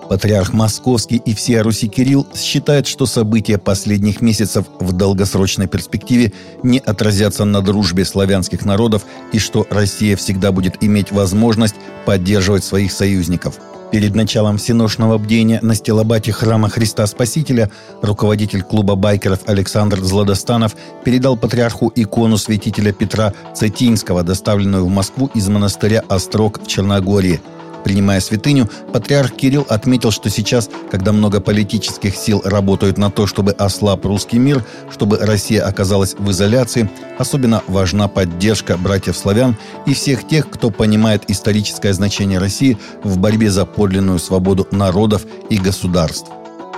Патриарх Московский и всея Руси Кирилл считает, что события последних месяцев в долгосрочной перспективе не отразятся на дружбе славянских народов и что Россия всегда будет иметь возможность поддерживать своих союзников. Перед началом всеношного бдения на стелобате храма Христа Спасителя руководитель клуба байкеров Александр Златостанов передал патриарху икону святителя Петра Цетинского, доставленную в Москву из монастыря Острог в Черногории. Принимая святыню, патриарх Кирилл отметил, что сейчас, когда много политических сил работают на то, чтобы ослаб русский мир, чтобы Россия оказалась в изоляции, особенно важна поддержка братьев-славян и всех тех, кто понимает историческое значение России в борьбе за подлинную свободу народов и государств.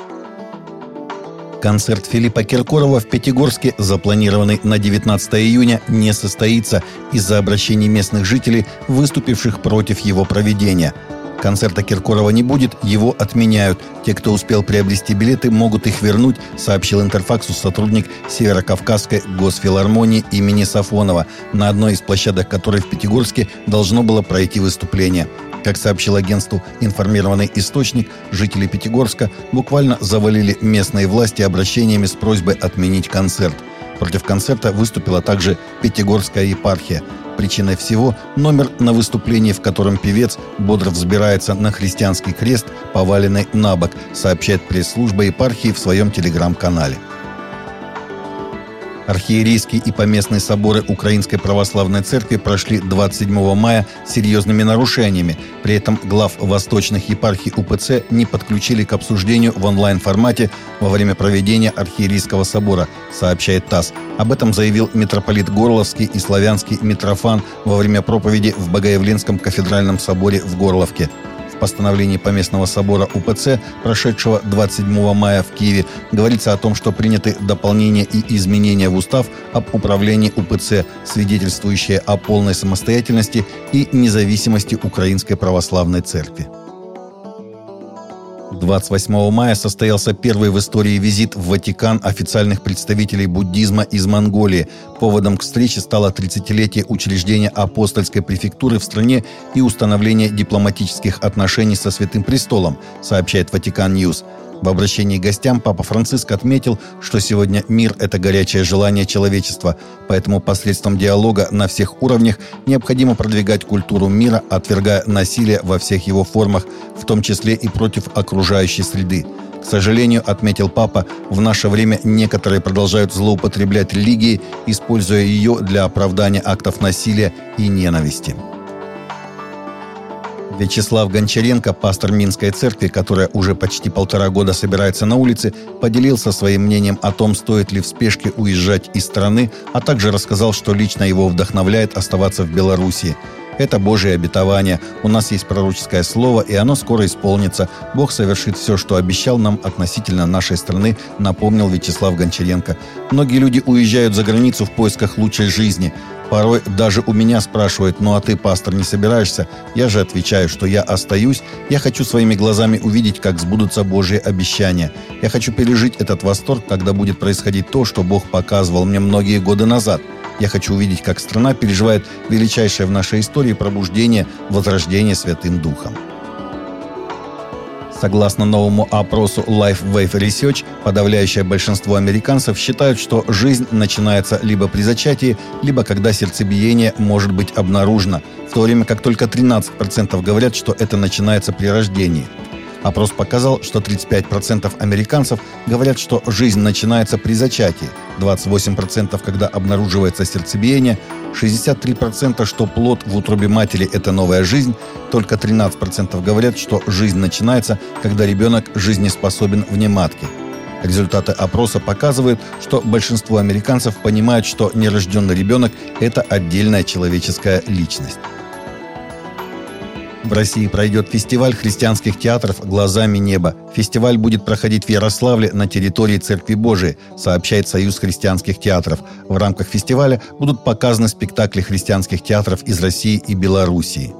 Концерт Филиппа Киркорова в Пятигорске, запланированный на 19 июня, не состоится из-за обращений местных жителей, выступивших против его проведения. Концерта Киркорова не будет, его отменяют. Те, кто успел приобрести билеты, могут их вернуть, сообщил Интерфаксу сотрудник Северокавказской госфилармонии имени Сафонова, на одной из площадок которой в Пятигорске должно было пройти выступление. Как сообщил агентству информированный источник, жители Пятигорска буквально завалили местные власти обращениями с просьбой отменить концерт. Против концерта выступила также Пятигорская епархия. Причиной всего номер на выступлении, в котором певец бодро взбирается на христианский крест, поваленный на бок, сообщает пресс-служба епархии в своем телеграм-канале. Архиерейские и поместные соборы Украинской Православной Церкви прошли 27 мая с серьезными нарушениями. При этом глав восточных епархий УПЦ не подключили к обсуждению в онлайн-формате во время проведения Архиерейского собора, сообщает ТАСС. Об этом заявил митрополит Горловский и Славянский Митрофан во время проповеди в Богоявленском кафедральном соборе в Горловке. В постановлении Поместного собора УПЦ, прошедшего 27 мая в Киеве, говорится о том, что приняты дополнения и изменения в устав об управлении УПЦ, свидетельствующие о полной самостоятельности и независимости Украинской Православной Церкви. 28 мая состоялся первый в истории визит в Ватикан официальных представителей буддизма из Монголии. Поводом к встрече стало 30-летие учреждения апостольской префектуры в стране и установление дипломатических отношений со Святым Престолом, сообщает Ватикан Ньюс. В обращении к гостям Папа Франциск отметил, что сегодня мир – это горячее желание человечества, поэтому посредством диалога на всех уровнях необходимо продвигать культуру мира, отвергая насилие во всех его формах, в том числе и против окружающей среды. К сожалению, отметил Папа, в наше время некоторые продолжают злоупотреблять религией, используя ее для оправдания актов насилия и ненависти. Вячеслав Гончаренко, пастор Минской церкви, которая уже почти 1,5 года собирается на улице, поделился своим мнением о том, стоит ли в спешке уезжать из страны, а также рассказал, что лично его вдохновляет оставаться в Белоруссии. Это Божие обетование. У нас есть пророческое слово, и оно скоро исполнится. Бог совершит все, что обещал нам относительно нашей страны, напомнил Вячеслав Гончаренко. Многие люди уезжают за границу в поисках лучшей жизни. Порой даже у меня спрашивают: ну а ты, пастор, не собираешься? Я же отвечаю, что я остаюсь. Я хочу своими глазами увидеть, как сбудутся Божьи обещания. Я хочу пережить этот восторг, когда будет происходить то, что Бог показывал мне многие годы назад. Я хочу увидеть, как страна переживает величайшее в нашей истории пробуждение, возрождение Святым Духом. Согласно новому опросу LifeWave Research, подавляющее большинство американцев считают, что жизнь начинается либо при зачатии, либо когда сердцебиение может быть обнаружено, в то время как только 13% говорят, что это начинается при рождении. Опрос показал, что 35% американцев говорят, что жизнь начинается при зачатии, 28% когда обнаруживается сердцебиение, 63% что плод в утробе матери – это новая жизнь, только 13% говорят, что жизнь начинается, когда ребенок жизнеспособен вне матки. Результаты опроса показывают, что большинство американцев понимают, что нерожденный ребенок – это отдельная человеческая личность. В России пройдет фестиваль христианских театров «Глазами неба». Фестиваль будет проходить в Ярославле на территории Церкви Божией, сообщает Союз христианских театров. В рамках фестиваля будут показаны спектакли христианских театров из России и Белоруссии.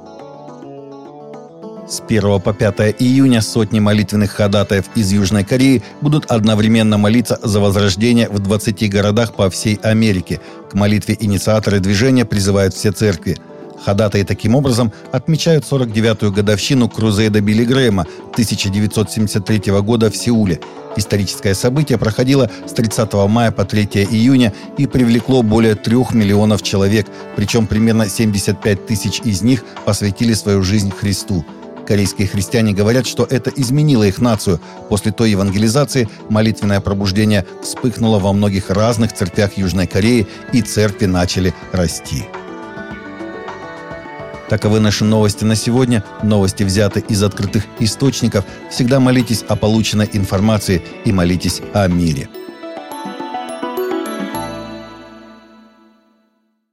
С 1 по 5 июня сотни молитвенных ходатаев из Южной Кореи будут одновременно молиться за возрождение в 20 городах по всей Америке. К молитве инициаторы движения призывают все церкви. Ходатаи таким образом отмечают 49-ю годовщину крузейда Билли Грэма 1973 года в Сеуле. Историческое событие проходило с 30 мая по 3 июня и привлекло более 3 миллионов человек, причем примерно 75 тысяч из них посвятили свою жизнь Христу. Корейские христиане говорят, что это изменило их нацию. После той евангелизации молитвенное пробуждение вспыхнуло во многих разных церквях Южной Кореи, и церкви начали расти. Таковы наши новости на сегодня. Новости взяты из открытых источников. Всегда молитесь о полученной информации и молитесь о мире.